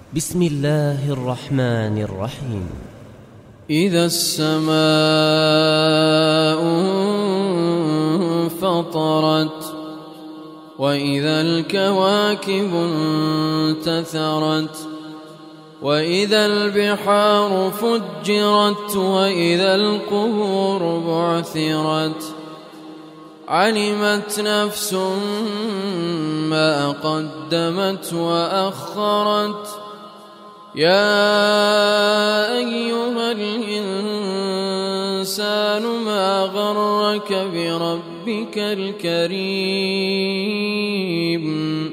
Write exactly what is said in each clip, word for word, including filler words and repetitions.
بسم الله الرحمن الرحيم. إذا السماء انفطرت وإذا الكواكب انتثرت وإذا البحار فجرت وإذا القبور بعثرت علمت نفس ما قدمت وأخرت يا أيها الإنسان ما غرك بربك الكريم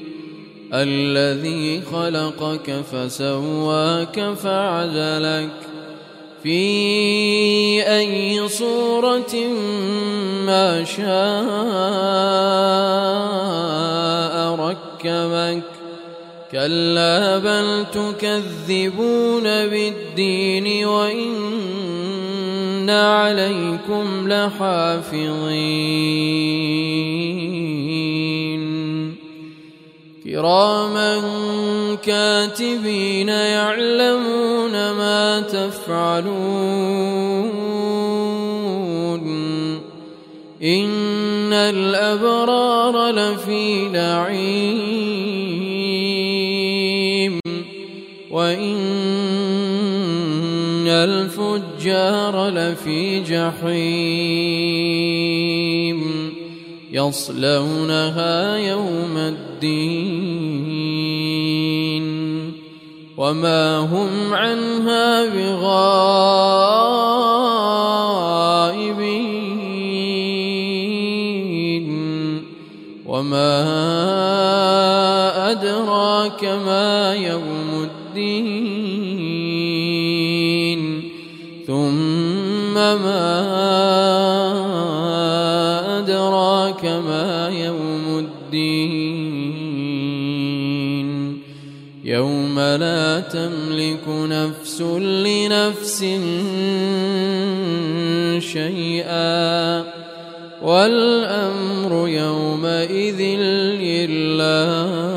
الذي خلقك فسواك فعدلك في أي صورة ما شاء ركبك كلا بل تكذبون بالدين وإن عليكم لحافظين كراما كاتبين يعلمون ما تفعلون إن الأبرار لفي نعيم وإن الفجار لفي جحيم يصلونها يوم الدين وما هم عنها بغائبين وما أدراك ما يوم الدين ثم ما أدراك ما يوم الدين يوم لا تملك نفس لنفس شيئا والأمر يومئذ لله